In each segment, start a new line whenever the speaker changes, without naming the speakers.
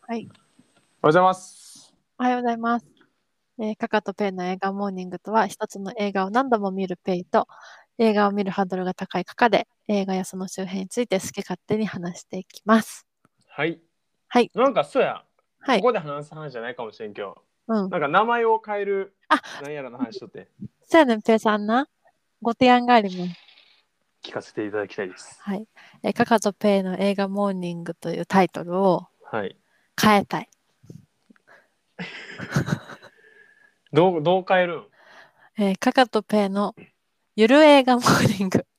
はい。
おはようございます。
おはようございます。カカとペイの映画モーニングとは、一つの映画を何度も見るペイと、映画を見るハードルが高いカカで、映画やその周辺について好き勝手に話していきます。
はい。
はい。
なんかそうや、
はい。
ここで話す話じゃないかもしれんけど、
うん。
なんか名前を変える
あ、
なんやらの話しとって、
そうやねん、ペイさんな。ご提案があります。
聞かせていただきたいです。
はい。カカとペイの映画モーニングというタイトルを
はい。
変えたい。
どう変えるん？
カカとペイのゆる映画モーニング。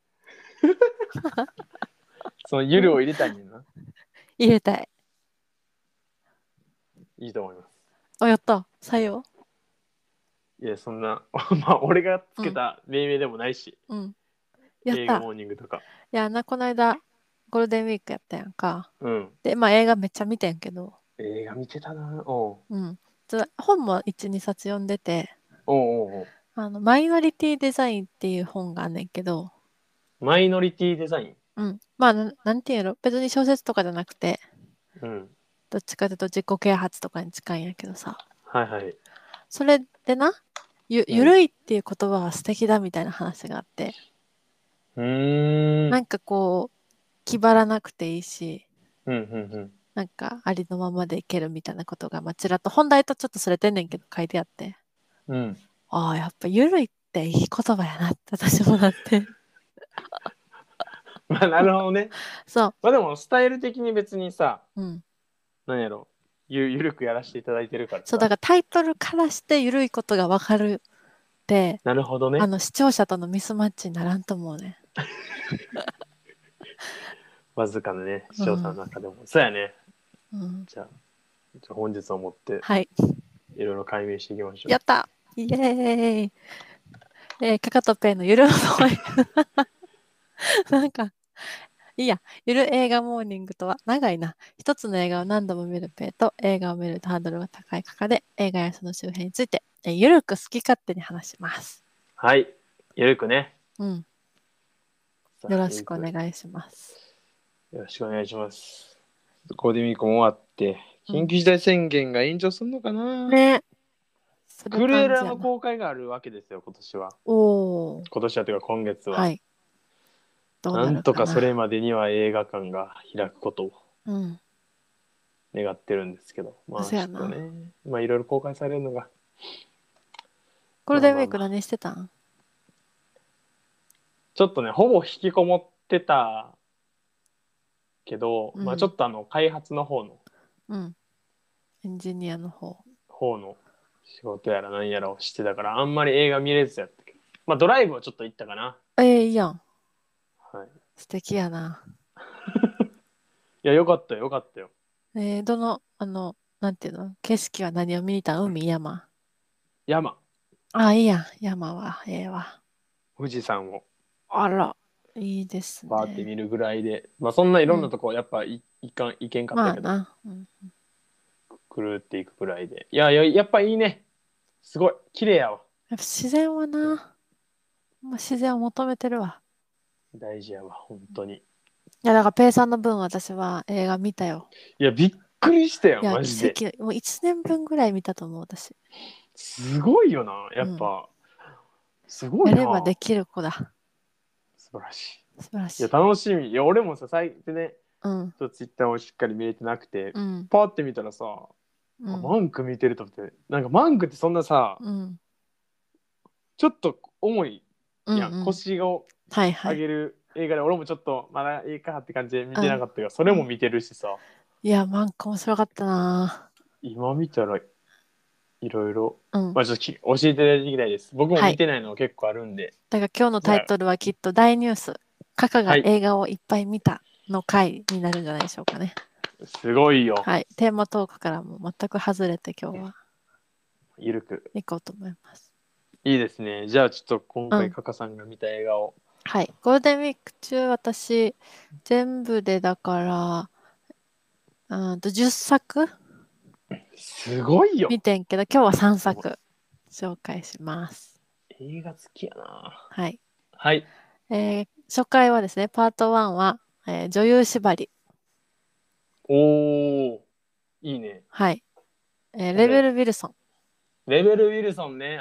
そのゆるを入れたいねんな。
入れたい。
いいと思います。
お、やった。採用。
いや、そんな、まあ、俺がつ
うん。
けた命名でもないし、
うん。やった。
映画モーニングとか。
いや、この間、ゴールデンウィークやったやんか。
うん。
で、まあ映画めっちゃ見てんけど、
映画見てたな。おう。
うん。本も1、2冊読んでて、
おうおうおう。
マイノリティデザインっていう本があんねんけど、
マイノリティデザイン。
うん。まあ、なんていうの別に小説とかじゃなくて、
うん。
どっちかというと自己啓発とかに近いんやけどさ。
はいはい。
それでな、
うん。
ゆるいっていう言葉は素敵だみたいな話があって、
うーん。
なんかこう、気張らなくていいし、
うんうん
なんかありのままでいけるみたいなことが、まあ、ちらっと本題とちょっとそれてんねんけど書いてあって、
うん。うん。
ああ、やっぱゆるいっていい言葉やなって私もなって。
まあ、なるほどね。
そう。
まあでもスタイル的に別にさ、
うん。
なんやろ、ゆるくやらせていただいてるから
そう、だ
さ。
からタイトルからしてゆるいことがわかるって、
なるほどね。
視聴者とのミスマッチにならんと思うね。
わずかなね、視聴者の
うん。
中でも。そうやね。
うん。
じゃあ本日をもって
はい。
いろいろ解明していきましょ
やったイエーイカカとペイのゆる思い。なんか、いいや。ゆる映画モーニングとは、長いな。一つの映画を何度も見るペイと、映画を見るとハードルが高いカカで、映画やその周辺について、ゆるく好き勝手に話します。
う。はい。ゆるくね。
うん。
さ
よろ
あ、ゆるく
しくお願いします。
よろしくお願いします。ゴールデンウィークも終わって、
うん。
緊急事態宣言が延長するのかな。
ね。する
クルエラの
感じやな。
公開があるわけですよ、今年は。
おー。
今年はというか今月は。
はい。どうなる
なんとかそれ
かな。
までには映画館が開くことを
うん。
願ってるんですけど、まあ
そうやな。
ちょっとね、まあいろいろ公開されるのが、
ゴールデンウィーク
まあまあまあ、
何してたん？
ちょっとね、ほぼ引きこもってたけど、まあちょ
うん。
っと開発の
うん。エンジニアの方。
方の仕事やら何やらをしてたから、あんまり映画見れずやったけど、まあドライブはちょっと行ったかな。
いいやん。
はい。
素敵やな。
いや、よかったよ、よかったよ。
どの、なんていうの景色は何を見に行ったん？海、山。
山、
あ、いいやん。山は、ええわ。
富士山を
あら、いいです
バーって
ね。
見るぐらいで、まあそんない
うん。
ろんなとこやっぱいけんかったけど、
まあな。うん。
くるっていくぐらいで。やっぱいいね。すごい、綺麗やわ。
やっぱ自然はな、まあ、自然を求めてるわ。
大事やわ、本当に。
いや、だからペイさんの分私は映画見たよ。
いや、びっくりしたよ、
いや、
マジで。
奇跡、もう1年分ぐらい見たと思う、私。
すごいよな、や
うん。
っぱ。すごいな。
やればできる子だ。
素晴らしい。いや、
素晴らしい。
楽しみ。いや、俺もさ、最近ね、
うん。
ちょっとツイッターをしっかり見れてなくて、
うん。
パーって見たらさ、あ、
うん。
マンク見てると思って、なんかマンクってそんなさ、
うん。
ちょっと重いやん。
うんうん。
腰を
はいはい。
上げる映画で、俺もちょっとまだいいかって感じで見
うん。
てなかったけど、それも見てるしさ、
いや、なんか面白かったな。
今見たらいろいろ、
うん。
まあちょっと教えていただきたいです。僕も
はい。
見てないの結構あるんで。
だから今日の
じゃあ、
タイトルはきっと大ニュース。カカが
はい。
映画をいっぱい見たの回になるんじゃないでしょうかね。
すごいよ。
はい。テーマトークからも全く外れて今日は
ゆるく。
行こうと思います。
いいですね。じゃあちょっと今回、
うん。
カカさんが見た映画を。
はい。ゴールデンウィーク中私、全部でだから、10作
すごいよ。
見てんけど、今日は3作紹介します。
映画好きやな。
はい。
はい。
初回はですね、パート1は、女優縛り。
おー。 いいね。
はい。レベル・ウィルソン。
レベル・ウィルソンね、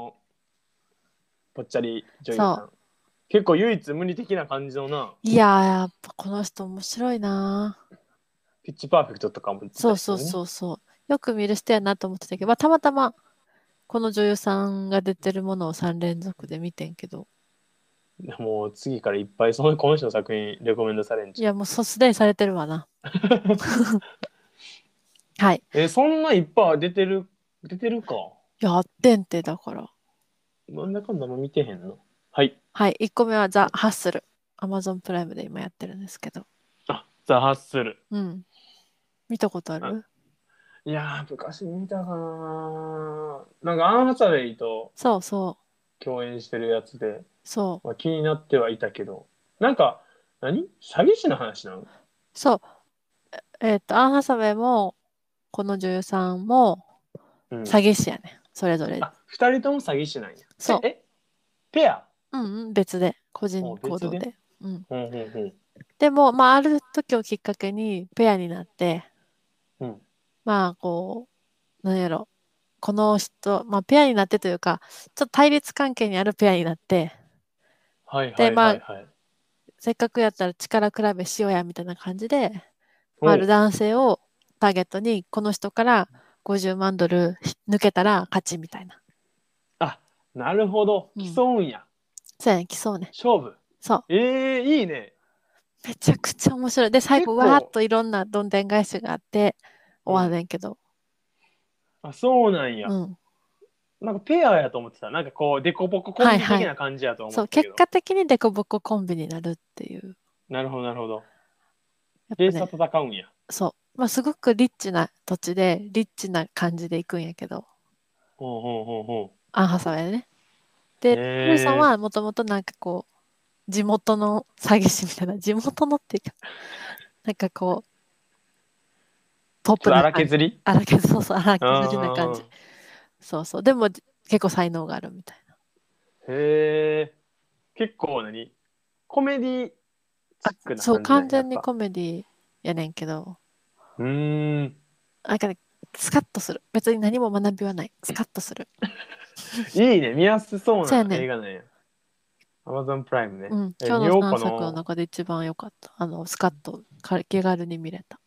ぽっちゃり女優さ
そ
ん。結構唯一無二的な感じのな、
う。いやー、やっぱこの人面白いな。
ピッチパーフェクトとかも言って
そうそう
た人ね。
そうそう。よく見る人やなと思ってたけど、まあ、たまたまこの女優さんが出てるものを3連続で見てんけど、
もう次からいっぱいこの人の作品レコメンドされんじ
いや、もうすでにされてるわな。はい。
そんないっぱい出てるか。
やってんて、だから。
なんだかんだも見てへんの。はい。
はい。1個目はザ・ハッスル。アマゾンプライムで今やってるんですけど。
あ、ザ・ハッスル。
うん。見たことあ
あ、
る？
いやー、昔見たかな。なんかアン・ハサウェイと
そうそう。
共演してるやつで、
そう。
まあ、気になってはいたけど、なんか、詐欺師の話なの？
そう。アン・ハサウェイも、この女優さんも、
うん。
詐欺師やね。それぞれ。
あ、二人とも詐欺師なんや。
そ
ペア？
う。うんうん、別で。個人行
別で？
動で。うん。
うんうん
でも、まあ、ある時をきっかけに、ペアになって、
うん。うん。
まあ、こう、なんやろ。この人、まあ、ペアになってというか、ちょっと対立関係にあるペアになって、で、
はいはい
まあ、
はいはい。
せっかくやったら力比べしようや、みたいな感じで、まあ、ある
おう。
男性をターゲットに、この人から50万ドル抜けたら勝ちみたいな。
あ、なるほど。
うん。
競うんや。
そうやね、来そうね。
勝負。
そう。
いいね。
めちゃくちゃ面白い。で、最後、わーっ
結構、
といろんなどんでん返しがあって、終わん
うん。
ねんけど。
あ、そうなんや。
うん。
なんかペアやと思ってた。なんかこう、デコボココンビ
はいはい。
的な感じやと思
そう、
ってたけど。
結果的にデコボココンビになるっていう。
なるほどなるほど。
やっぱね、
ベースは戦うんや。
そう。まあ、すごくリッチな土地で、リッチな感じで行くんやけど、
ほうほうほうほ
アンハサウェイね。
う。
で、ウィルソン
へえ。
はもともとなんかこう、地元の詐欺師みたいな、地元のっていうか、なんかこう、ポッ
ちょっと荒
プな感じ。
削り？
荒削り、そうそう、荒削りな感じ。
あ
そうそう。でも、結構才能があるみたいな。
あ。へえ。結構コメディ
あ、
チックな
そう、
感じなんや、や
完全
っぱ。
にコメディやねんけど、
うーん。
なんかね、スカッとする。別に何も学びはない。スカッとする。
いいね。見やすそうな
そうやねん。
映画なんや。Amazon プライムね。
うん。今日の
見ようか
3作の
な。
中で一番良かった。スカッと、気軽に見れた。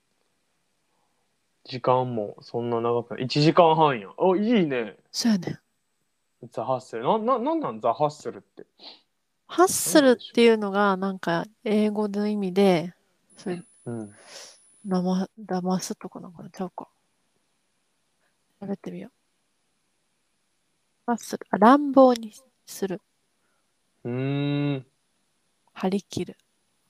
時間もそんな長くない。1時間半や。お、いいね。
そうやねん。
ザ・ハッスル。なんザ・ハッスルって。
ハッ
なんなんでしょ
スルっていうのが、なんか、英語の意味で、それ、
う。うん。
騙すとかなんかなちゃうか。喋ってみよう。ハッスル。あ、乱暴にする。
うーん。
張り切る。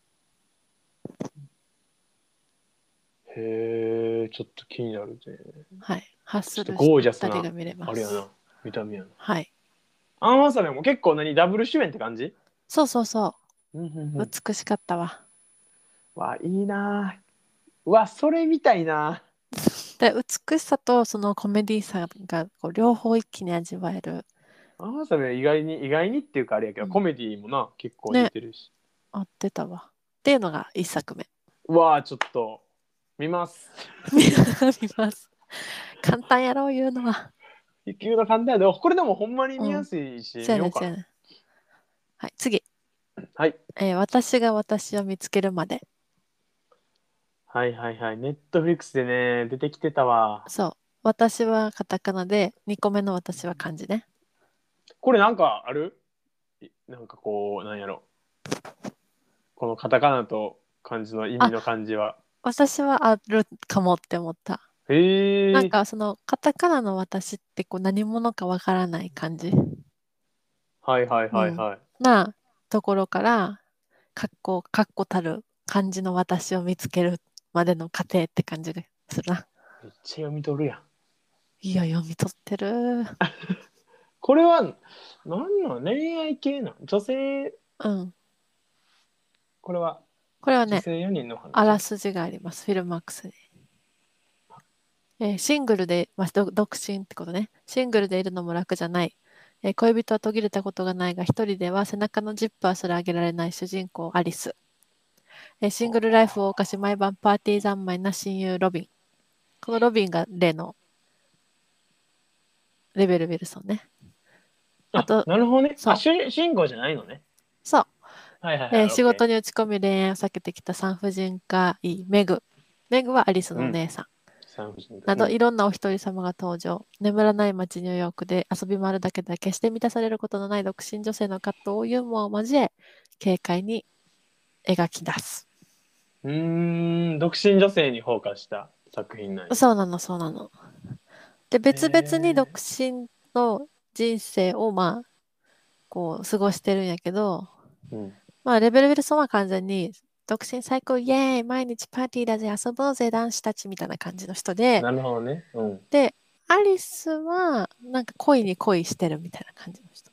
へえ、ちょっと気になるね。
はい。ハッ
ちょっと
スルし
ゴー
た二人
ジャスな、
が見れます。
あれやな。見た目やな。
はい。
アン・ハサウェイも結構ダブル主演って感じ？
そうそうそ
うんうんう
う。
ん。
美しかったわ。
わ、いいな。うわ、それみたいな。
で、美しさとそのコメディさがこう両方一気に味わえる。
アン・ハサウェイ意外にっていうかあれやけど、
うん。
コメディもな、結構出
ね、
てるし。
合ってたわ。っていうのが一作目。
うわ、ちょっと、見ます。
見ます。簡単やろう言うのは。
急な簡単やで、これでもほんまに見や
うん。
すいし、
そうやねん、
見ようかな。
そうやねん。はい、次。
はい。
私が私を見つけるまで。
はいはいはい。ネットフリックスでね、出てきてたわ。
そう。私はカタカナで、2個目の私は漢字ね。
これなんかある？なんかこう、なんやろ。このカタカナと漢字の意味
あ、
の漢字は。
私はあるかもって思った。なん
へえ。
かそのカタカナの私ってこう何者かわからない感じ。
はいはい
うん。
はいはい。
なところから、かっこたる漢字の私を見つけるまでの過程って感じがするな。
めっちゃ読み取るやん。
いや、読み取ってる。
これは、恋愛系女性、
うん。
これは
これはね、
女性4人の
あら
話。
すじがあります。フィルマックスに。シングルで、まあ、独身ってことね。シングルでいるのも楽じゃない。恋人は途切れたことがないが、一人では背中のジッパーすら上げられない主人公アリス。シングルライフを謳歌し毎晩パーティー三昧な親友ロビン。 このロビンが例のレベル・ウィルソンね。あ
あ、
と、
なるほどね。あ、
そう、
主人公じゃないのね。
そう。
はいはいはい、オッ
仕事
ケ
に打ち込み恋愛を避けてきた産婦人科医メグ。メグはアリス
ー。うん。
のお姉さん。
産婦人科。
など、
うん。
いろんなお一人様が登場。眠らない街ニューヨークで遊び回るだけでは決して満たされることのない独身女性の葛藤をユーモアを交え、軽快に描き出す。
独身女性にフォーカスした作品なんや。
そうなの、そうなの。で、
へ
別々に独
え。
身の人生を、こう、過ごしてるんやけど、
うん。
レベルウィルソンは完全に、独身最高イエーイ毎日パーティーだぜ遊ぼうぜ男子たちみたいな感じの人で、
なるほどね。うん。
で、アリスは、なんか恋に恋してるみたいな感じの人。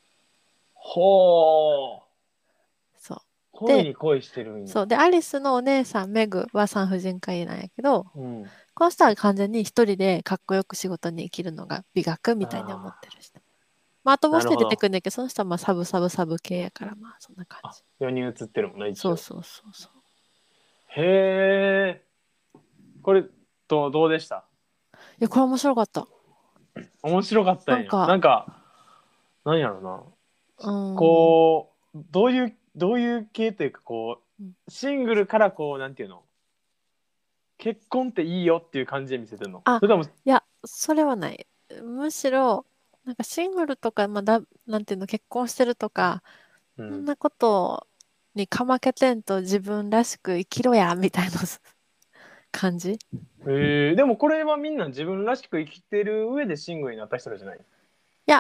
ほう。
そう。で、
恋に恋してるんや。
そう。で、アリスのお姉さん、メグは産婦人科医なんやけど、
うん。
この人は完全に一人でかっこよく仕事に生きるのが美学みたいに思っ
ああ、
てる人。あともう一人出てく
なるほど。
るんだけど、その人はサブサブサブ系やから、そんな感
あ、
じ。
世に映ってるもんな、一応。
そうそうそうそう。
へえ。これ、どうでした？
いや、これ面白かった。
面白かったんや。
なんか、
なんか、なんやろな。
うーん。
どういう系というか、シングルからなんていうの、結婚っていいよっていう感じで見せてるの？
あ、
それとも、
いや、それはない。むしろ、なんかシングルとか、なんていうの、結婚してるとか、
うん。
そんなことにかまけてんと自分らしく生きろや、みたいな感じ。い
でもこれはみんな自分らしく生きてる上でシングルになった人らじゃない？
や、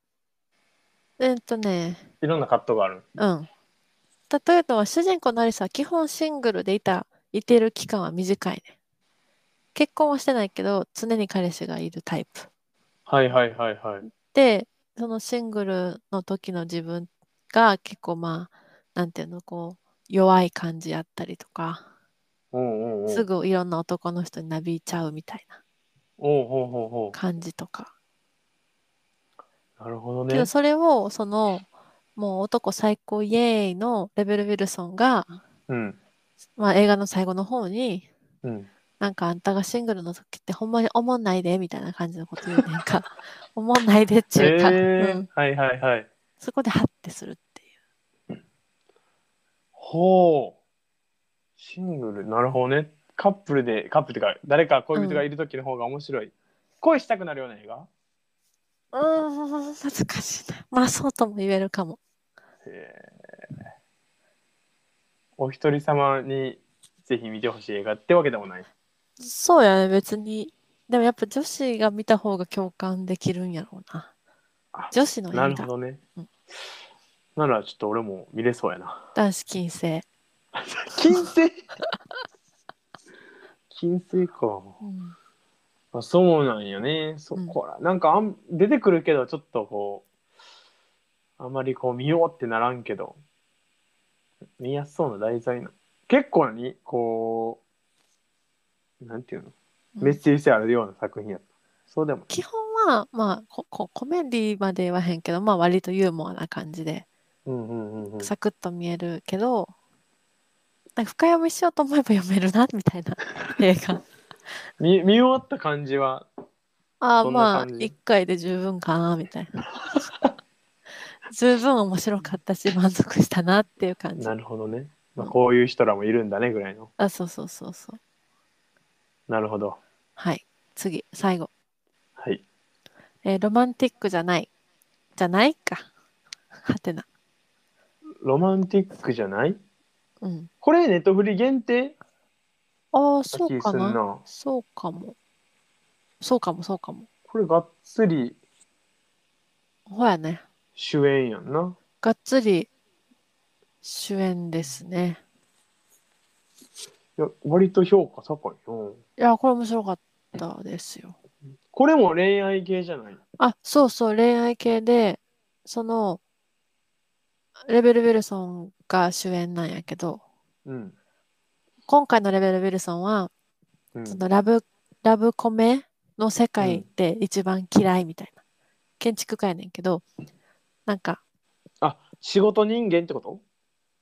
ね、
いろんな葛藤がある。
うん。例えば、主人公のアリスは基本シングルでいてる期間は短いね。結婚はしてないけど、常に彼氏がいるタイプ。
はいはいはいはい。
で、そのシングルの時の自分が結構なんていうの、こう、弱い感じやったりとか、
おうおうおう。
すぐいろんな男の人になびいちゃうみたいな
おうほうほうほ
感じとか。
う。なるほど
けど
ね。
それを、もう男最高イエーイのレベル・ウィルソンが、
うん。
映画の最後の方に、
うん。
なんかあんたがシングルの時ってほんまに思んないで、みたいな感じのこと言うねんか。思んないでっていうか、うん。
はいはいはい。
そこでハッてするっていう。
ほう。シングル、なるほどね。カップルっていうか、誰か恋人が
うん。
いる時の方が面白い。恋したくなるような映画？
難しいな。そうとも言えるかも。
へえ。お一人様にぜひ見てほしい映画ってわけでもない。
そうやね、別に。でもやっぱ女子が見た方が共感できるんやろうな。
あ、
女子の
な
映画。
るほどね。
うん。
ならちょっと俺も見れそうやな。
男子禁制。
金星。金星か。
うん。
あ、そうなんやね。そ
うん。
こら。なんか出てくるけど、ちょっとあまり見ようってならんけど、見やすそうな題材な。結構なんていうの、メッ
うん。
セージ性あるような作品やった。そうでもない。
基本は、コメディまで言わへんけど、割とユーモアな感じで、
うんうんうんうん。
サクッと見えるけど、なんか深読みしようと思えば読めるな、みたいな映画。
見終わった感じは、
ああ、
どんな感じ？
一回で十分かな、みたいな。十分面白かったし、満足したなっていう感じ。
なるほどね。まあ、
うん。
こういう人らもいるんだねぐらいの。
あ、そうそうそうそう。
なるほど。
はい。次、最後。
はい。
ロマンティックじゃない。じゃないか。はてな。
ロマンティックじゃない？
うん。
これネットフリ限定
ああ、そう
な気
かな。
すんな。
そうかも。そうかも、そうかも。
これがっつり
ほやね。
主演やんな。
がっつり主演ですね。
いや、割と評価高いな。
いや、これ面白かったですよ。
これも恋愛系じゃない？
あ、そうそう、恋愛系で、その、レベル・ウィルソンが主演なんやけど、
うん。
今回のレベル・ウィルソンは、
うん。
そのラブコメの世
うん。
界で一番嫌いみたいな。建築家やねんけど、なんか、
あ、仕事人間ってこと？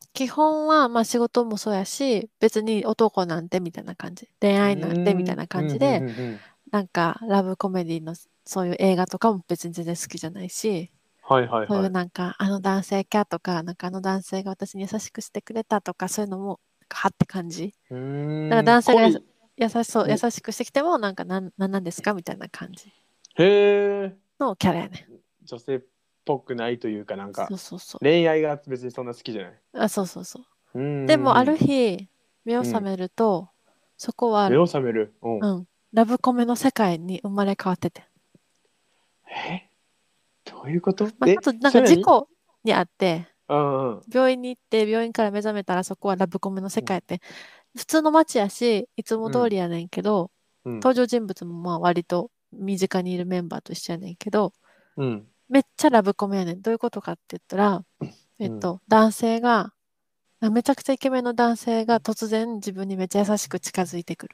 基本は、まあ仕事もそうやし、別に男なんてみたいな感じ。恋
う
愛なんてみたい
ーん。
な
うん、うん、
感じで、
うん、うん。
なんかラブコメディのそういう映画とかも別に全然好きじゃないし、
はいはい
そういう
はい。
なんかあの男性キャとか、なんかあの男性が私に優しくしてくれたとか、そういうのも、なんかはって感じ。
う
だから
ーん。
男性が
恋。
優しそう、優
に、
しくしてきても、なんなんですかみたいな感じ
へえ。
のキャラやね。
女性っぽくないというか、なんか、
そうそうそう。
恋愛が別にそんな好きじゃない。
あ、そうそうそう。
うん、
でもある
うん、
日、目を
うん。うん。
覚めると、そこは、
目を覚める。うん。
うん、ラブコメの世界に生まれ変わってて。
え、どういうこと？
まあ、ちょっとなんか
それ何？
事故にあって、
うんうん。
病院に行って、病院から目覚めたらそこはラブコメの世
うん。
界って、普通の街やし、いつも
うん。
通りやねんけど、
うん。
登場人物もまあ割と身近にいるメンバーと一緒やねんけど、
うん。
めっちゃラブコメやねん。どういうことかって言ったら、
うん。
男性が、めちゃくちゃイケメンの男性が突然自分にめっちゃ優しく近づいてくる。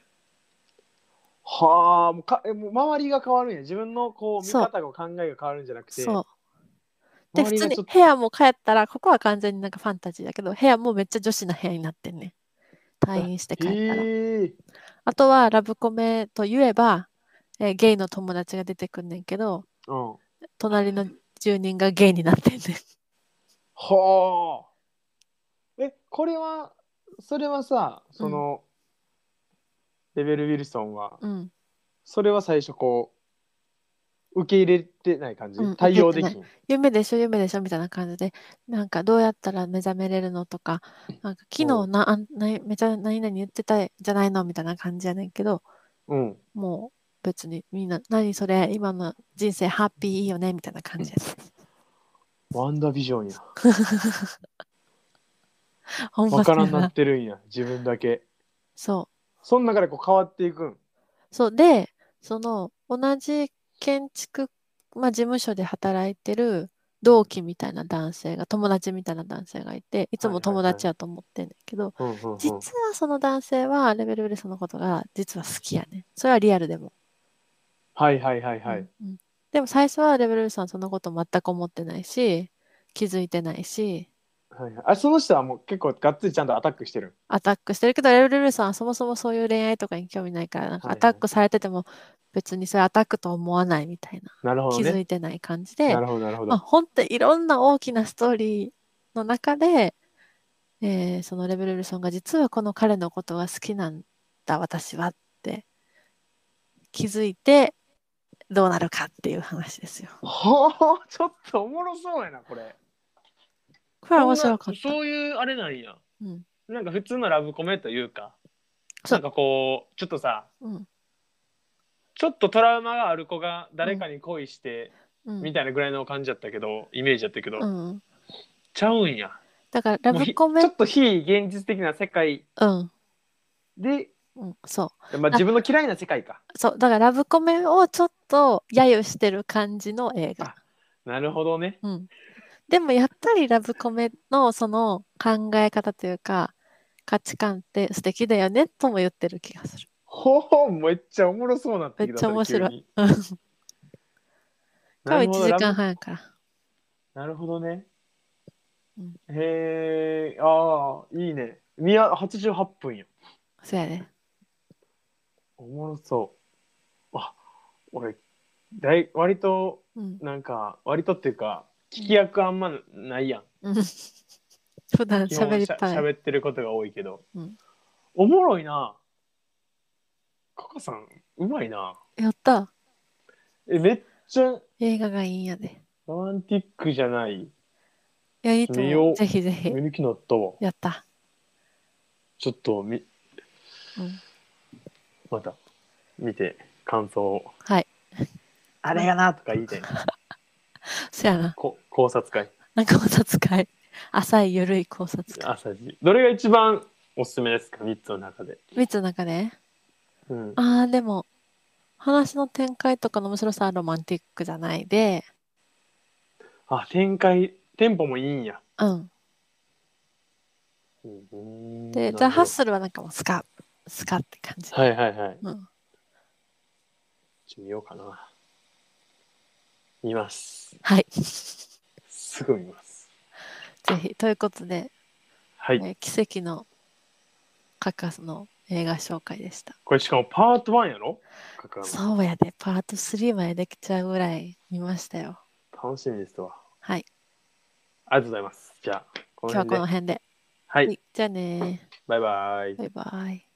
はあ、もう周りが変わるんや。自分のこう見
そう、
方が考えが変わるんじゃなくて、
そう。で、普通に
周りがちょっと、
部屋も帰ったら、ここは完全になんかファンタジーだけど、部屋もめっちゃ女子な部屋になってんねん。退院して帰ったら。
へえ。
あとはラブコメといえば、ゲイの友達が出てくんねんけど、
うん。
隣の住人がゲイになってんねん。
はあ。これは、それはさ、
うん、
レベル・ウィルソンは、
うん、
それは最初こう、受け入れてない感
うん、
じ？
受けてない。
対応できん？
夢でしょ、夢でしょみたいな感じで、なんかどうやったら目覚めれるのとか、なんか昨
うん。
日めちゃ何々言ってたじゃないのみたいな感じやねんけど、
うん。
もう別にみんな、何それ、今の人生ハッピーいいよねみたいな感じやね。
ワンダービジョンや。
ほん
わからんなっ
まそうやな。
てるんや、自分だけ。
そう。
その中でこう変わっていくん？
そう。で、その、同じ建築、まあ、事務所で働いてる
うん。
同期みたいな男性が、友達みたいな男性がいて、いつ
はい
も
はいはい。
友達やと思ってんだけど、
うんうんうん。
実はその男性はレベルブレスのことが実は好きやね。それはリアルでも。
はいはいはいはい。
うんうん。でも最初はレベルブレスはそのこと全く思ってないし、気づいてないし、
はいはい。その人はもう結構がっつりちゃんとアタックしてる。
アタックしてるけど、レベルブレスはそもそもそういう恋愛とかに興味ないから、なんかア
はいはい。
タックされてても別にそれアタックと思わないみたいな。
なるほどね。
気づいてない感じで、
なるほどなるほ
まあ、
ど。
本当いろんな大きなストーリーの中で、そのレベルルソンが実はこの彼のことが好きなんだ、私はって気づいてどうなるかっていう話ですよ。
はあ、ちょっとおもろそうやな、これ。
これは面
こんな、
白かった。
そういうあれなんや。
うん。
なんか普通のラブコメというか、
そう。
なんかこう、ちょっとさ、
うん。
ちょっとトラウマがある子が
うん。
誰かに恋して、
うん。
みたいなぐらいの感じだったけど、イメージだったけど、
うん。
ちゃうんや。
だからラ
もう
ブコメ、
ちょっと非現実的な世界
うん。
で、
うん。そう。
まあ、
あ、
自分の嫌いな世界か。
そう。だからラブコメをちょっと揶揄してる感じの映画。
あ、なるほどね。
うん。でもやっぱりラブコメのその考え方というか価値観って素敵だよねとも言ってる気がする。
ほう、めっちゃおもろそうなっ
めっ
てきた、それ
ちゃ面白い。
急に。
うん。これは1
なるほど、
時間半やから。
なるほどね。
うん。
へえ、ああ、いいね。88分や。
そうやね。
おもろそう。俺、割と、
うん。
なんか、割とっていうか、
うん。
聞き役あんまないやん。
うん。普段
基本
喋りっぱい。
喋ってることが多いけど。
うん。
おもろいな。カカさん、うまいな。
やった。
めっちゃ
映画がいいんやで。
ロマンティックじゃない。
いや、いいと思う。
見よ
ぜひぜ
う。
ひ。
見る気になったわ。
やった。
ちょっと
うん。
また見て感想を。
はい。
あれがなとか言いたいな。
そやな。
考察会。
なんか考察会。浅いゆるい考察会。
朝日。どれが一番おすすめですか？ 3 つの中で。
3つの中で。
うん。
ああ、でも、話の展開とかの面白さはロマンティックじゃないで、
テンポもいいんや。
うん。
うん、
で、ザ・
なるほど。
ハッスルはなんかもうスカって感じ。
はいはいはい。
うん。
見ようかな。見ます。
はい。
すぐ見ます。
ぜひ。ということで、
はい。
奇跡のカカの映画紹介でした。
これしかもパート1やろかかの。
そうやで、パート3までできちゃうぐらい見ましたよ。
楽しみですわ。
はい。
ありがとうございます。じゃあ、こ
今日は
の辺で。
この辺で。
はい。
はい。じゃあね
バイバイ。
ー。バイバイ。